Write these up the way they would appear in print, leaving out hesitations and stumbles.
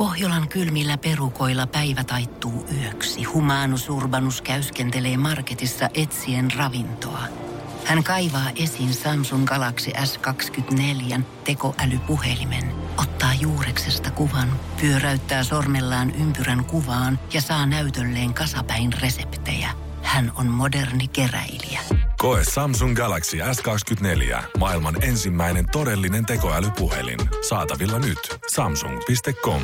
Pohjolan kylmillä perukoilla päivä taittuu yöksi. Humanus Urbanus käyskentelee marketissa etsien ravintoa. Hän kaivaa esiin Samsung Galaxy S24 tekoälypuhelimen, ottaa juureksesta kuvan, pyöräyttää sormellaan ympyrän kuvaan ja saa näytölleen kasapäin reseptejä. Hän on moderni keräilijä. Koe Samsung Galaxy S24. Maailman ensimmäinen todellinen tekoälypuhelin. Saatavilla nyt. Samsung.com.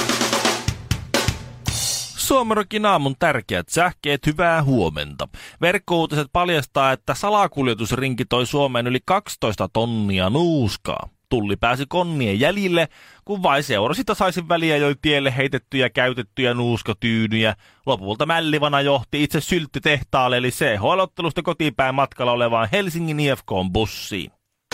Suomirokin aamun tärkeät sähkeet, hyvää huomenta. Verkkouutiset paljastaa, että salakuljetusrinki toi Suomeen yli 12 tonnia nuuskaa. Tulli pääsi konnien jäljille, kun vain seurasita saisin väliä joi tielle heitettyjä käytettyjä nuuskatyynyjä. Lopulta Mällivana johti itse sylttitehtaalle eli CHL-ottelusta kotipäin matkalla olevaan Helsingin IFK:n bussiin.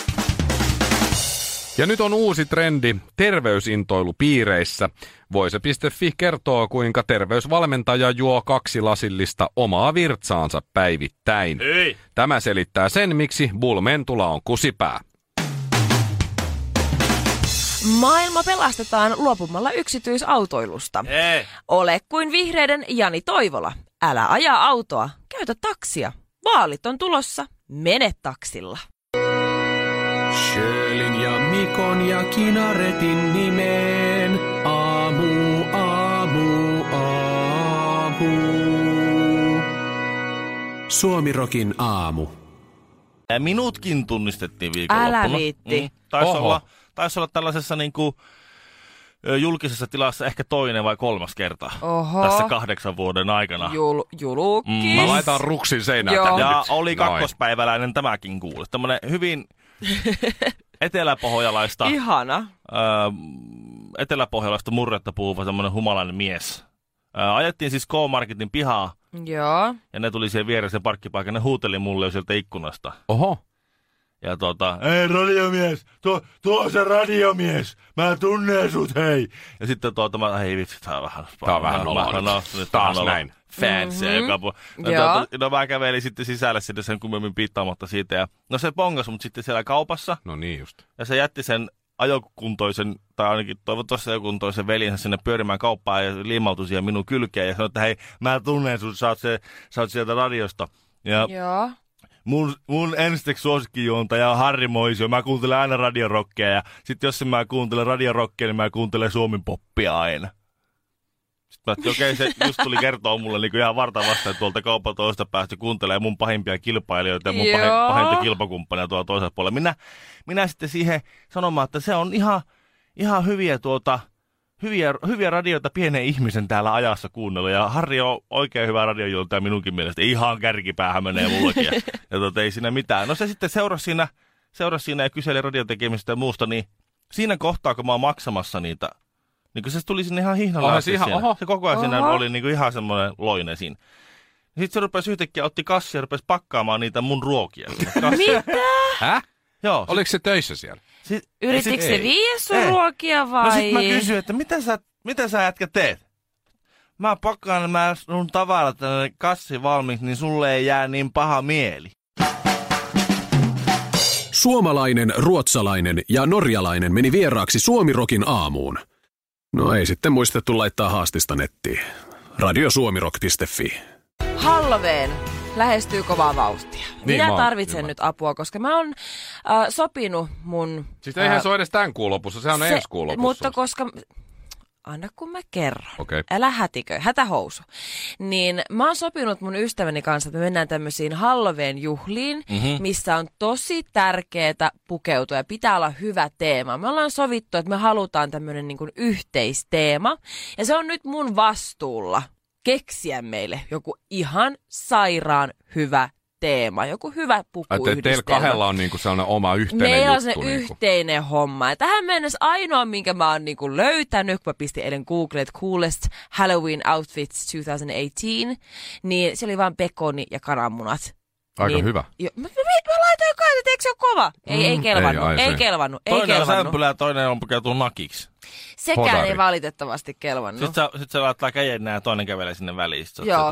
Ja nyt on uusi trendi terveysintoilupiireissä. Voise.fi kertoo, kuinka terveysvalmentaja juo 2 lasillista omaa virtsaansa päivittäin. Ei. Tämä selittää sen, miksi Bull Mentula on kusipää. Maailma pelastetaan luopumalla yksityisautoilusta. Ei. Ole kuin vihreiden Jani Toivola. Älä aja autoa, käytä taksia. Vaalit on tulossa, mene taksilla. Sjölin ja Mikon ja Kinaretin nimeen. Aamu, aamu, aamu. Suomirokin aamu. Minutkin tunnistettiin viikonloppuna. Älä viitti. Taisi olla tällaisessa niinku julkisessa tilassa ehkä toinen vai 3. kerta tässä 8 vuoden aikana. Julukis. Mä laitan ruksin seinään tänne Ja nyt. oli kakkospäiväläinen tämäkin kuulis. Tämmönen hyvin eteläpohjalaista, Ihana. eteläpohjalaista murretta puhuva semmoinen humalainen mies. Ajettiin siis K-Marketin pihaa Joo. ja ne tuli siihen vieressä parkkipaikan. Ne huuteli mulle jo sieltä ikkunasta. Oho. Ja ei radiomies, tuo on se radiomies, mä tunnen sut, hei. Ja sitten hei vitsi, tää on vähän noloa. Taas näin. Fansia joka no mä kävelin sitten sisälle sinne sen kummemmin piittaamatta siitä. Ja, no se pongas mut sitten siellä kaupassa. No niin just. Ja se jätti sen ajokuntoisen, tai ainakin toivottavasti ajokuntoisen veljensä sinne pyörimään kauppaan ja liimautui siihen minun kylkeen. Ja sanoi, että hei, mä tunnen sut, sä oot sieltä radiosta. Ja Joo. Mun ensiksi suosikkijuontaja on Harri Moisio. Mä kuuntelen aina radiorockia ja sit jos mä kuuntelen radiorockia, niin mä kuuntelen Suomen poppia aina. Sitten mä okei, se just tuli kertoa mulle niin ihan varta vastaan, että tuolta kaupan toista päästä kuuntelee mun pahimpia kilpailijoita ja mun pahinta kilpakumppania tuolla toisella puolella. Minä sitten siihen sanomaan, että se on ihan hyviä radioita pienen ihmisen täällä ajassa kuunnella. Ja Harri on oikein hyvä radiojuontaja minunkin mielestä. Ihan kärkipäähän menee mullekin. Ja ei siinä mitään. No se sitten seurasi siinä ja kyseli radiotekemistä ja muusta, niin siinä kohtaa, kun mä oon maksamassa niitä, niin kun se tuli sinne ihan hihnalla asti siinä. Se koko ajan siinä oli niin kuin ihan semmoinen loinen siinä. Sitten se rupesi yhtäkkiä, otti kassia ja rupesi pakkaamaan niitä mun ruokia. Mitä? Häh? Joo. Oliko se töissä siellä? Yritikö se viiä sun ruokia vai? No sit mä kysyin, että mitä sä jätkä teet? Mä pakkaan sun tavarat tänne kassi valmiiksi, niin sulle ei jää niin paha mieli. Suomalainen, ruotsalainen ja norjalainen meni vieraaksi Suomirokin aamuun. No ei sitten muistettu laittaa haastista nettiin. Radiosuomirok.fi. Halloween lähestyy kovaa vauhtia. Niin, Minä tarvitsen nyt apua, koska mä oon sopinut mun... Siis eihän se ole edes tämän kuun lopussa, sehän on ensi kuun lopussa. Mutta koska... Anna kun mä kerron. Okay. Älä hätikö, hätähousu. Niin mä oon sopinut mun ystäväni kanssa, että me mennään tämmöisiin Halloween-juhliin, missä on tosi tärkeää pukeutua ja pitää olla hyvä teema. Me ollaan sovittu, että me halutaan tämmöinen niin kuin yhteisteema. Ja se on nyt mun vastuulla keksiä meille joku ihan sairaan hyvä teema, joku hyvä pukuyhdistelmä. Teillä kahdella on niinku sellainen oma yhteinen meillä juttu. on se yhteinen homma. Ja tähän mennessä ainoa, minkä mä oon niinku löytänyt, kun mä pistin eilen Googleen, Coolest Halloween Outfits 2018, niin se oli vaan pekoni ja kananmunat. Aika niin, hyvä. Mä laitoin kai, että eikö se ole kova? Ei kelvannut. Toinen on sämpylä ja toinen on pukeutunut nakiksi. Sekään Hodari. ei valitettavasti kelvannut. Sitten se laittaa käden ja toinen kävelee sinne väliin.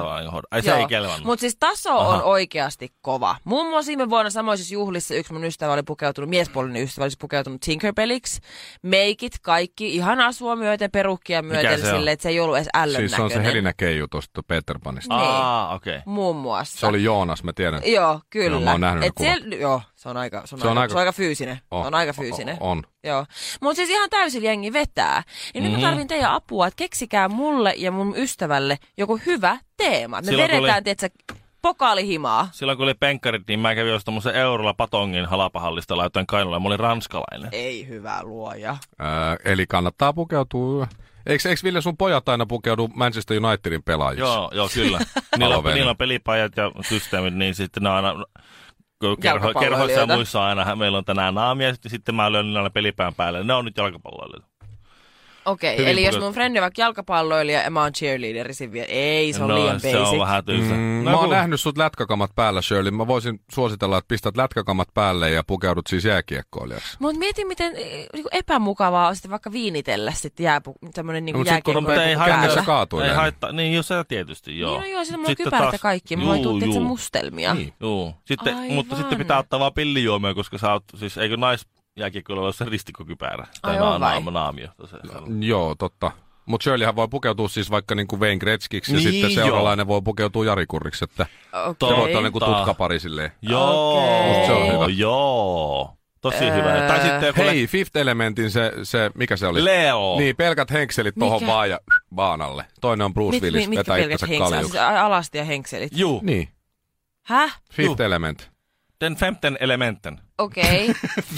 Se ei kelvannut. Mutta siis taso on oikeasti kova. Muun muassa viime vuonna samoisissa juhlissa yksi mun ystävä oli pukeutunut, miespuolinen ystävä oli pukeutunut Tinkerbelliksi. Meikit, kaikki, ihan asua myöten, perukkia myöten silleen, että se ei ollut edes ällön näköinen. Siis se on se Helina Keiju tuosta Peter Panista. Okei. Okay. Muun muassa. Se oli Joonas, mä tiedän. Joo, kyllä. Joo, mä oon nähnyt ne kuvat. Se on aika fyysinen. On aika fyysinen. On. Joo. Mutta siis ihan täysin jengi vetää. Ja nyt mä tarvin teidän apua, että keksikää mulle ja mun ystävälle joku hyvä teema. Me vedetään, tietsä, pokaalihimaa. Silloin kun oli penkkarit, niin mä kävin ostamassa eurolla patongin halapahallista laitoin kainalolla. Mä olin ranskalainen. Ei hyvä luoja. Eli kannattaa pukeutua. Eikö Ville sun pojat aina pukeudu Manchester Unitedin pelaajiksi? Joo, kyllä. niillä on pelipajat ja systeemit, niin sitten ne on aina kerhoissa ja muissa aina. Meillä on tänään naamia, sitten mä lyön niillä pelipään päälle. Ne on nyt jalkapalloilijoita. Okei, eli jos mun frendi on vaikka jalkapalloilija ja mä oon cheerleaderi, ei, se on liian basic. Se on vähän tylsä. Mä oon nähnyt sut lätkäkamat päällä, Shirley. Mä voisin suositella, että pistät lätkäkamat päälle ja pukeudut siis jääkiekkoilijaksi. Mut mieti, miten epämukavaa on sitten vaikka viinitellä sitten tämmönen niinku jääkiekkoilija päällä. Se kaatuu. Ei haittaa, niin jos se tietysti, joo. Niin, joo, sitten mulla on kypärät ja kaikki. Mä voin tulla tietysti mustelmia. Niin, joo. Mutta sitten pitää ottaa vaan pillijuomia, koska sä oot, siis eikö jääkiekkoilla ole se ristikkokypärä. Tai naamio. Joo, totta. Mutta Shirleyhän voi pukeutua siis vaikka niinku Wayne Gretzkiksi ja sitten seuralainen voi pukeutua Jari Kurriksi, että se voi olla niinku tutkapari silleen. Joo, se on hyvä. Joo. Tosi hyvä. Tai sitten, hei, Fifth Elementin se, mikä se oli? Leo. Niin, pelkät henkselit tohon vaan ja baanalle. Toinen on Bruce Willis, vetää itsensä kaljuksi. Siis alasti ja henkselit? Juu. Niin. Häh? Fifth Element. Den femten elementen. Okei.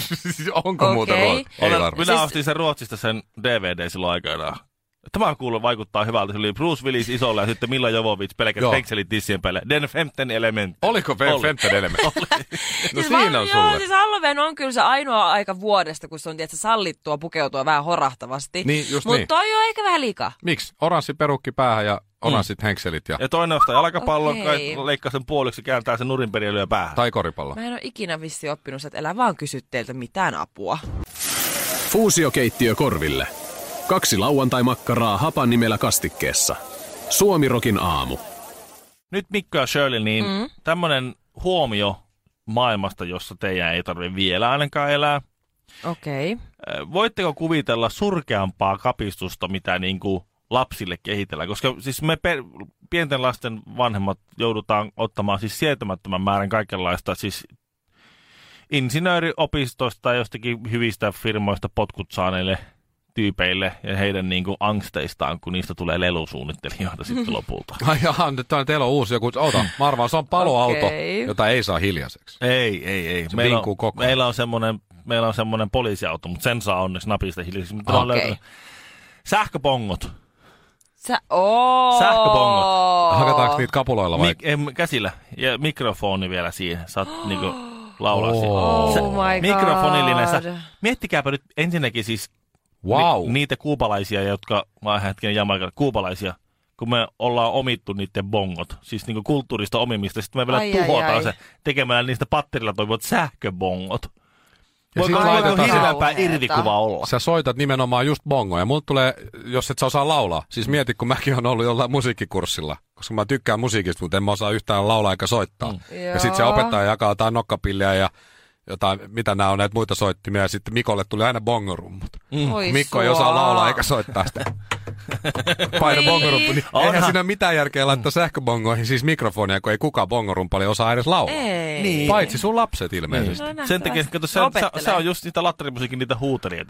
Onko muuta Minä ostin sen Ruotsista sen DVD silloin aikanaan. Tämä kuuluu vaikuttaa hyvältä. Se oli Bruce Willis isolla ja sitten Milla Jovovich pelkät henkselit tissien päälle. Den femten element. Oliko femten element? No siinä on sulle. Joo, siis Halloween on kyllä se ainoa aika vuodesta, kun se on tietysti sallittua pukeutua vähän horahtavasti. Niin, just Mut niin. toi on ehkä vähän liikaa. Miksi? Oranssi perukki päähän ja oranssit henkselit. Ja toinen ostaa jalkapallon, leikkaa sen puoliksi ja kääntää sen nurinperi ja lyö päähän. Tai koripallo. Mä en ole ikinä vissi oppinut, että älä vaan kysy teiltä mitään apua. Fuusiokeittiö korville. 2 lauantai-makkaraa hapan nimellä kastikkeessa. Suomirokin aamu. Nyt Mikko ja Shirley, niin tämmönen huomio maailmasta, jossa teidän ei tarvitse vielä ainakaan elää. Okei. Voitteko kuvitella surkeampaa kapistusta, mitä niinku lapsille kehitellään? Koska siis me pienten lasten vanhemmat joudutaan ottamaan siis sietämättömän määrän kaikenlaista siis insinööriopistoista tai jostakin hyvistä firmoista potkut saaneille tyypeille ja heidän niinku angsteistaan, kun niistä tulee lelusuunnittelijoita sitten lopulta. Ai jaha, nyt teillä on uusi joku, mä arvaan, se on paloauto, jota ei saa hiljaiseksi. Ei. Meillä on semmoinen poliisiauto, mutta sen saa onneksi napista hiljaiseksi. Sähköpongot. Sähköpongot. Hakataanko niitä kapuloilla vai? Käsillä. Ja mikrofoni vielä siihen. Saat niinku laulaa my mikrofonillinen. Miettikääpä nyt ensinnäkin siis niitä kuupalaisia, jotka, kuupalaisia, kun me ollaan omittu niiden bongot, siis niinku kulttuurista omimista, sitten me vielä tuhotaan se tekemällä niistä patterilla toimivat sähköbongot. Voiko hirveämpää irvikuva olla? Sä soitat nimenomaan just bongoja. Mulle tulee, jos et sä osaa laulaa, siis mieti, kun mäkin on ollut jollain musiikkikurssilla, koska mä tykkään musiikista, mutta en mä osaa yhtään laulaa eikä soittaa. Ja sit se opettaja jakaa jotain nokkapilliä ja jotain, mitä nämä on näitä muita soittimia, ja sitten Mikolle tuli aina bongorummut. Mikko ei osaa laulaa eikä soittaa sitä. Paino bongorumpu, niin eihän siinä ole mitään järkeä laittaa sähköbongoihin siis mikrofonia, kun ei kukaan bongorumpali osaa edes laulaa. Ei. Paitsi sun lapset ilmeisesti. No, sen takia, kato, se on just niitä lattarimusiikin niitä huuteria.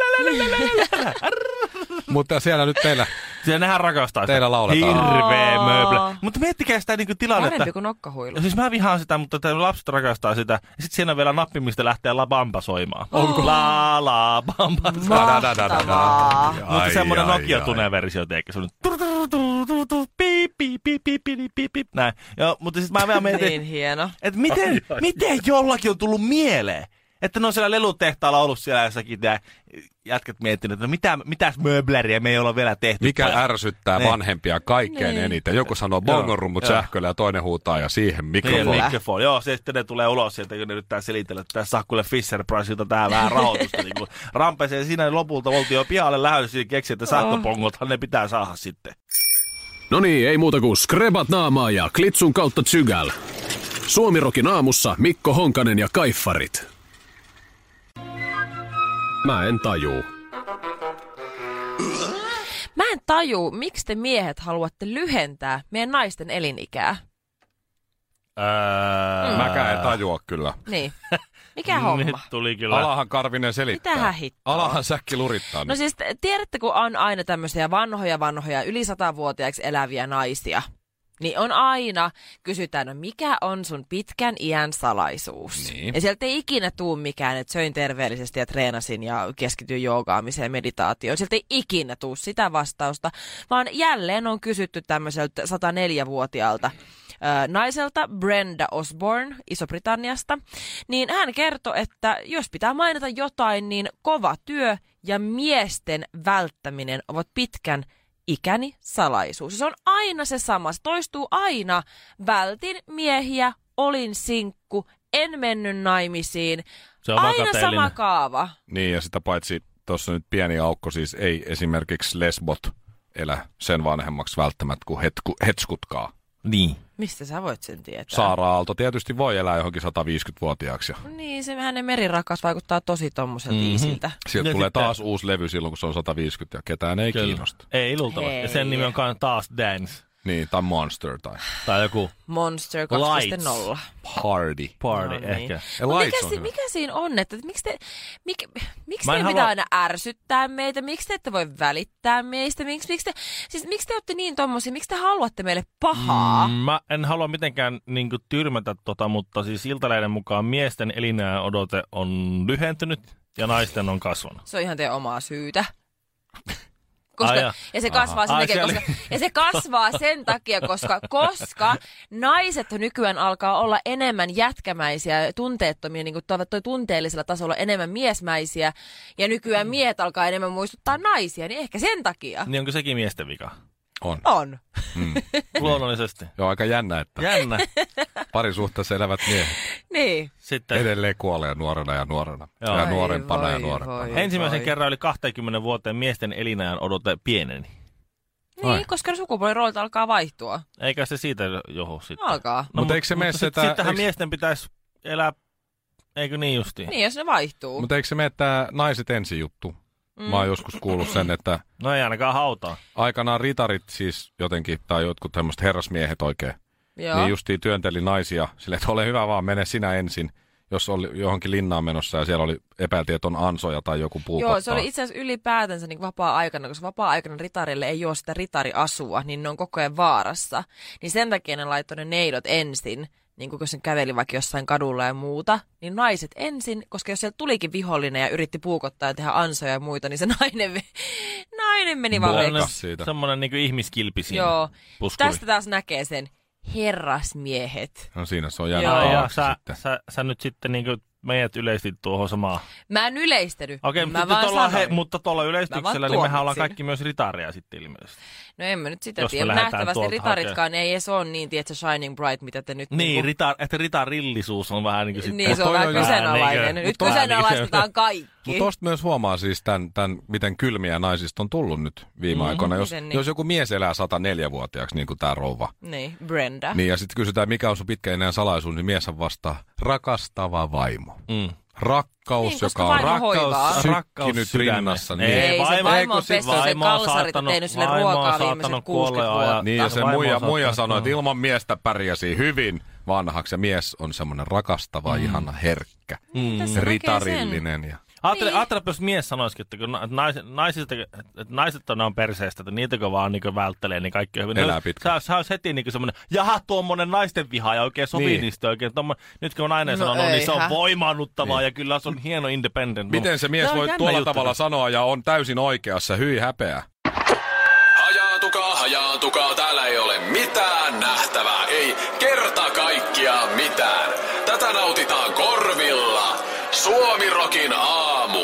Mutta siellä nyt teillä... Siellä nehän rakastaa sitä. Teillä lauletaan. Hirveä möblä. Mutta miettikää sitä niinku tilannetta. Parempi kuin nokkahuilu. Siis mä vihaan sitä, mutta lapset rakastaa sitä. Ja sit siinä on vielä nappi, mistä lähtee La Bamba soimaan. Onko? La Bamba. Mahtavaa. Mutta semmonen Nokia-tune-versio teekö. Se on piip. Näin. Mutta sit mä vielä mietin, niin hieno. että miten jollakin on tullut mieleen, Että ne on siellä lelutehtaalla ollut siellä jossakin ja jätkät miettinyt, että mitäs möbläriä me ei olla vielä tehty. Mikä ärsyttää vanhempia kaikkein eniten? Joku sanoo bongorummut sähköllä ja toinen huutaa ja siihen mikrofoni. Joo, se sitten ne tulee ulos sieltä, kun ne yrittää selitellä, että tässä saa kuule Fisher Priceilta tähän vähän rahoitusta. Niin kuin rampesee siinä lopulta oltiin jo pihalle lähdössä ja keksi, että sähköpongothan ne pitää saada sitten. No niin, ei muuta kuin skrebat naamaa ja klitsun kautta tsygäl. Suomirokin aamussa Mikko Honkanen ja Kaiffarit. Mä en tajuu. Mä en tajuu, miksi te miehet haluatte lyhentää meidän naisten elinikää. Mäkään en tajua kyllä. Niin. Mikä homma? Nyt tuli kyllä. Alahan Karvinen selittää. Mitähän hittoa? Alahan säkki lurittaa. No siis tiedätte, kun on aina tämmöisiä vanhoja yli 100-vuotiaiksi eläviä naisia, niin on aina, kysytään, no mikä on sun pitkän iän salaisuus? Niin. Ja sieltä ei ikinä tuu mikään, että söin terveellisesti ja treenasin ja keskityin joogaamiseen ja meditaatioon. Sieltä ei ikinä tuu sitä vastausta, vaan jälleen on kysytty tämmöiseltä 104-vuotiaalta naiselta, Brenda Osborne, Iso-Britanniasta, niin hän kertoi, että jos pitää mainita jotain, niin kova työ ja miesten välttäminen ovat pitkän ikäni salaisuus. Se on aina se sama. Se toistuu aina. Vältin miehiä, olin sinkku, en mennyt naimisiin. Se on aina sama kaava. Niin, ja sitä paitsi tuossa nyt pieni aukko, siis ei esimerkiksi lesbot elä sen vanhemmaksi välttämättä kuin hetskutkaa. Niin. Mistä sä voit sen tietää? Saara Aalto tietysti voi elää johonkin 150-vuotiaaksi. Niin, se hänen merirakas vaikuttaa tosi tommoselta iisiltä. Sieltä tulee taas uusi levy silloin, kun se on 150 ja ketään ei kiinnosta. Ei luultavasti. Ja sen nimi on taas Dance. Niin, tai Monster tai joku Monster 2.0. Party no, ehkä. Niin. Mikä siinä on, että miksi te pitää aina ärsyttää meitä? Miksi te ette voi välittää meistä? Miksi te olette niin tommosia? Miksi te haluatte meille pahaa? Mä en halua mitenkään tyrmätä mutta siis Iltalehden mukaan miesten elinajan odote on lyhentynyt ja naisten on kasvanut. Se on ihan teidän omaa syytä. Ja se kasvaa sen takia, se kasvaa sen takia, koska naiset nykyään alkaa olla enemmän jätkämäisiä ja tunteettomia, niin kuin toi tunteellisella tasolla enemmän miesmäisiä, ja nykyään miehet alkaa enemmän muistuttaa naisia, niin ehkä sen takia. Niin onko sekin miesten vika? On. Luonnollisesti. Joo, aika jännä, että parisuhteessa elävät miehet niin. Sitten edelleen kuolee nuorena ja nuorena. Joo. Ja nuorempana ja nuorempana. Ensimmäisen kerran yli 20 vuoteen miesten elinajan odote pieneni. Niin, koska sukupuoliroolta alkaa vaihtua. Eikä se siitä johdu sitten. Alkaa. No, mutta eikö se mene sittenhän miesten pitäisi elää, eikö niin justiin? Niin, jos ne vaihtuu. Mutta eikö se mene tämä naiset ensin juttu? Mä oon joskus kuullut sen, että no ei ainakaan hautaa. Aikanaan ritarit siis jotenkin, tai jotkut tämmöiset herrasmiehet oikein, niin justiin työnteli naisia silleen, että ole hyvä vaan, mene sinä ensin, jos oli johonkin linnaan menossa ja siellä oli epäiltiin, että on ansoja tai joku puukottaa. Joo, se oli itse asiassa ylipäätänsä niin vapaa-aikana, koska vapaa-aikana ritarille ei ole sitä ritariasua, niin ne on koko ajan vaarassa. Niin sen takia ne laittoi ne neidot ensin, niin kun se käveli vaikka jossain kadulla ja muuta, niin naiset ensin, koska jos sieltä tulikin vihollinen ja yritti puukottaa ja tehdä ansoja ja muita, niin se nainen meni vaan veksi. Semmoinen niin kuin ihmiskilpi siinä. Joo, puskuri. Tästä taas näkee sen herrasmiehet. No siinä se on jäänyt sä nyt sitten niin kuin meidät yleistit tuohon samaan. Mä en yleistänyt. Okei, mutta tuolla yleistyksellä niin mehän ollaan kaikki myös ritaria sitten ilmeisesti. No en mä nyt sitä tiedä. Nähtävästi ritaritkaan ei edes ole niin, tiedätkö, shining bright, mitä te nyt... Niin, että ritarillisuus on vähän niin kuin sitten... Niin, se on vähän kyseenalainen. Nyt kyseenalaistetaan kaikki. Mutta tosta myös huomaa siis tämän, miten kylmiä naisista on tullut nyt viime aikoina. Jos joku mies elää 104-vuotiaaksi, niin kuin tämä rouva. Niin, Brenda. Niin, ja sitten kysytään, mikä on sun pitkä enää salaisuus, niin mieshän vastaa, rakastava vaimo. Rakkaus, niin, joka on sykkinyt rinnassa. Niin. Ei, se vaimo on pessyt sen kalsarit ja tehnyt sille ruokaa viimeiset 60 vuotta. Niin, ja se muija sanoi, että ilman miestä pärjäsi hyvin vanhaksi. Ja mies on semmoinen rakastava, ihana, herkkä, ritarillinen. Ja Ajattele, jos mies sanoisikin, että kun naiset on perseestä, että niitä kun vaan niin välttelee, niin kaikki on hyvin. Elää pitkä. Se olisi heti niin semmoinen, jaha, tuommoinen naisten viha ja oikein sovinisti oikein. Nyt kun nainen sanoo, niin se on voimaannuttavaa ja kyllä se on hieno independent. Miten se mies voi tuolla tavalla sanoa ja on täysin oikeassa, hyi häpeä? Hajaantukaa, täällä ei ole mitään nähtävää, ei kerta kaikkiaan mitään. Tätä nautitaan korvilla. Suomi-rokin aamu.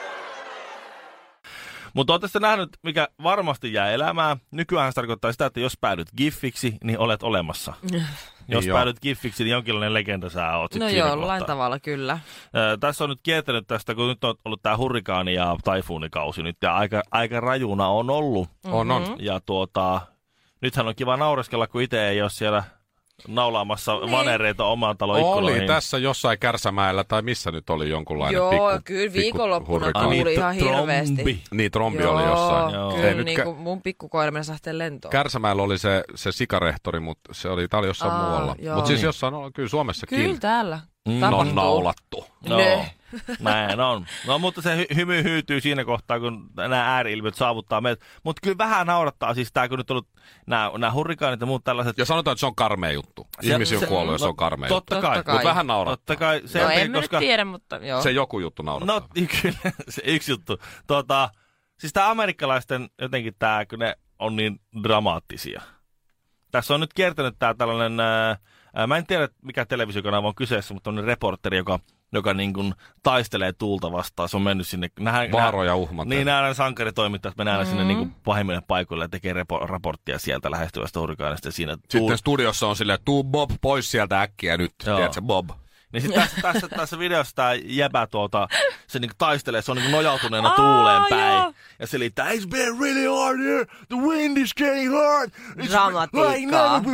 Mutta ootte sitten nähnyt, mikä varmasti jää elämään. Nykyään se tarkoittaa sitä, että jos päädyt giffiksi, niin olet olemassa. Jos päädyt giffiksi, niin jonkinlainen legenda sä oot. No joo, jollain tavalla kyllä. Tässä on nyt kiertänyt tästä, kun nyt on ollut tää hurrikaani- ja taifuunikausi nyt, ja aika rajuna on ollut. On. Ja nythän on kiva naureskella, kun itse ei ole siellä naulaamassa vanereita omaan talon ikkunoihin. Oli tässä jossain Kärsämäellä, tai missä nyt oli jonkunlainen kyllä viikonloppuna kuuli ihan hirveästi. Niin, trombi oli jossain. Joo, kyllä niin kuin mun pikkukoira meni lähtee lentoon. Kärsämäellä oli se sikarehtori, mutta se oli jossain muualla. Mutta siis jossain on, kyllä Suomessakin. Kyllä täällä. On naulattu. Näin on. No mutta se hymy hyytyy siinä kohtaa, kun nämä ääri-ilmiöt saavuttaa meidät. Mutta kyllä vähän naurattaa siis tämä, kun nyt on ollut nämä hurrikaanit ja muut tällaiset. Ja sanotaan, että se on karmea juttu. Ihmisiä on kuollut ja se on karmea juttu. Totta kai. Mutta vähän naurattaa. Totta kai. En mä nyt tiedä, mutta joo. Se joku juttu naurattaa. No kyllä, se yksi juttu. Siis tämä amerikkalaisten jotenkin tämä, kun ne on niin dramaattisia. Tässä on nyt kiertänyt tämä tällainen, mä en tiedä mikä televisiokanava on kyseessä, mutta on reporteri, joka niin kuin taistelee tuulta vastaan. Se on mennyt sinne. Vaaro ja uhmat. Niin, nämä sankaritoimittajat menee aina sinne niin kuin pahimmille paikoille ja tekee raporttia sieltä lähestyvästä hurrikaanista. Sitten studiossa on silleen, tuu Bob pois sieltä äkkiä nyt, tiedätkö Bob? Niin sitten tässä videossa tämä jäbä se niinku taistelee, se on niinku nojautuneena tuuleen päin. Joo. Ja se liittää, it's been really hard here, the wind is getting hard. Dramatiikkaa.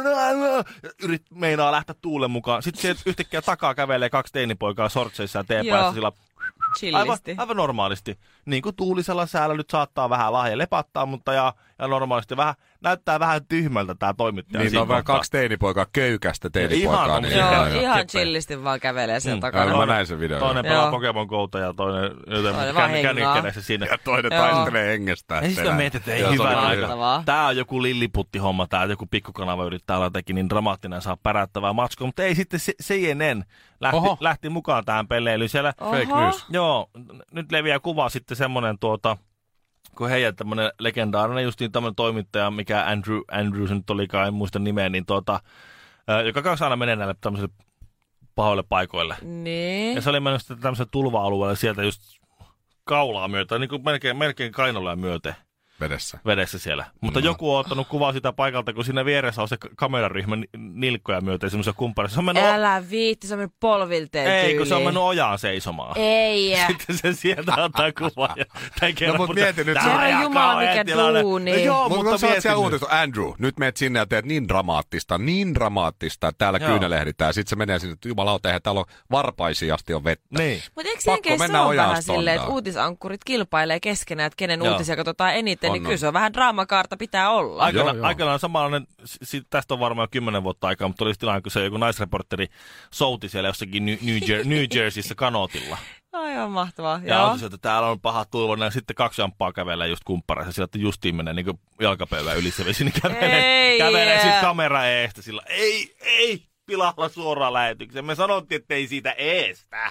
Meinaa lähteä tuulen mukaan. Sitten sieltä yhtäkkiä takaa kävelee 2 teinipoikaa sortseissa ja teepaissa sillä aivan normaalisti. Niin kuin tuulisella säällä nyt saattaa vähän lahja lepattaa, mutta ja normaalisti näyttää vähän tyhmältä tämä toimittaja. Niin on vähän 2 teinipoikaa, köykästä teinipoikaa. Ihan chillisti vaan kävelee sen takana. Mä näin sen videon. Toinen pelaa Pokemon Gouta ja toinen kännykkädessä sinne. Ja toinen taistelee hengestään. Ja sitten mietit, että ei hyvä aika. Tää on joku lilliputti-homma, tää joku pikkukanava yrittää olla jotenkin niin dramaattinen saa pärättävää matskua, mutta ei sitten CNN lähti mukaan tähän peleilyyn. Siellä fake news. Joo, nyt leviää kuva sitten semmonen kun heidän tämmönen legendaarinen justiin tämmönen toimittaja, mikä Andrew nyt olikaan, en muista nimeä, niin joka kanssa aina menee näille tämmöisille pahoille paikoille. Niin. Ja se oli mennyt sitten tämmöiselle tulva-alueelle sieltä just kaulaa myöten, niin kuin melkein kainaloja myöten. Vedessä siellä. Mutta joku on ottanut kuvaa sitä paikalta, kun siinä vieressä on se kameraryhmä nilkkoja myöten semmoisia kumppaneissa. Älä viitti, se on mennyt polvilteen tyyliin. Ei, kun se on mennyt ojaan seisomaan. Ei. Sitten se sieltä ottaa kuvaa. No mutta mieti nyt. Herra Jumala, mikä duuni. No joo, mutta sä oot siellä uutistu. Andrew, nyt meet sinne ja teet niin dramaattista, että täällä kyynelehditään. Sitten se menee sinne, että jumalauta, eihän täällä on varpaisiin asti on vettä. Niin. Mutta eikö Jenkeissä ole vähän silleen, että uutisankkurit kilpailee keskenään, että kenen uutisia katsotaan eniten, niin kyllä se on vähän draamakaarta pitää olla. Aikanaan samanlainen, tästä on varmaan 10 vuotta aikaa, mutta olisi tilanne, kun se joku naisreporteri souti siellä jossakin New Jerseyssä kanootilla. Aivan mahtavaa. Ja on se, että täällä on paha tulva, ja sitten 2 jamppaa kävelee just kumppareissa, sillä että justiin menee niin kuin jalkapöydän yli se vesi, niin kävelee sitten kamera eestä sillä, ei, pilalla suoraan lähetykseen. Me sanottiin, että ei siitä eestä.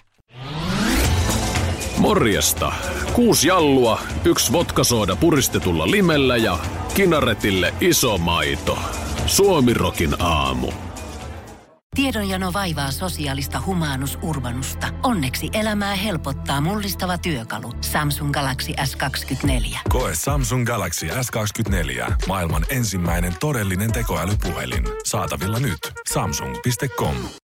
Morjesta. 6 jallua, 1 vodkasooda puristetulla limellä ja Kinaretille iso maito. Suomi-rokin aamu. Tiedonjano vaivaa sosiaalista humanus urbanusta. Onneksi elämää helpottaa mullistava työkalu. Samsung Galaxy S24. Koe Samsung Galaxy S24. Maailman ensimmäinen todellinen tekoälypuhelin. Saatavilla nyt. Samsung.com.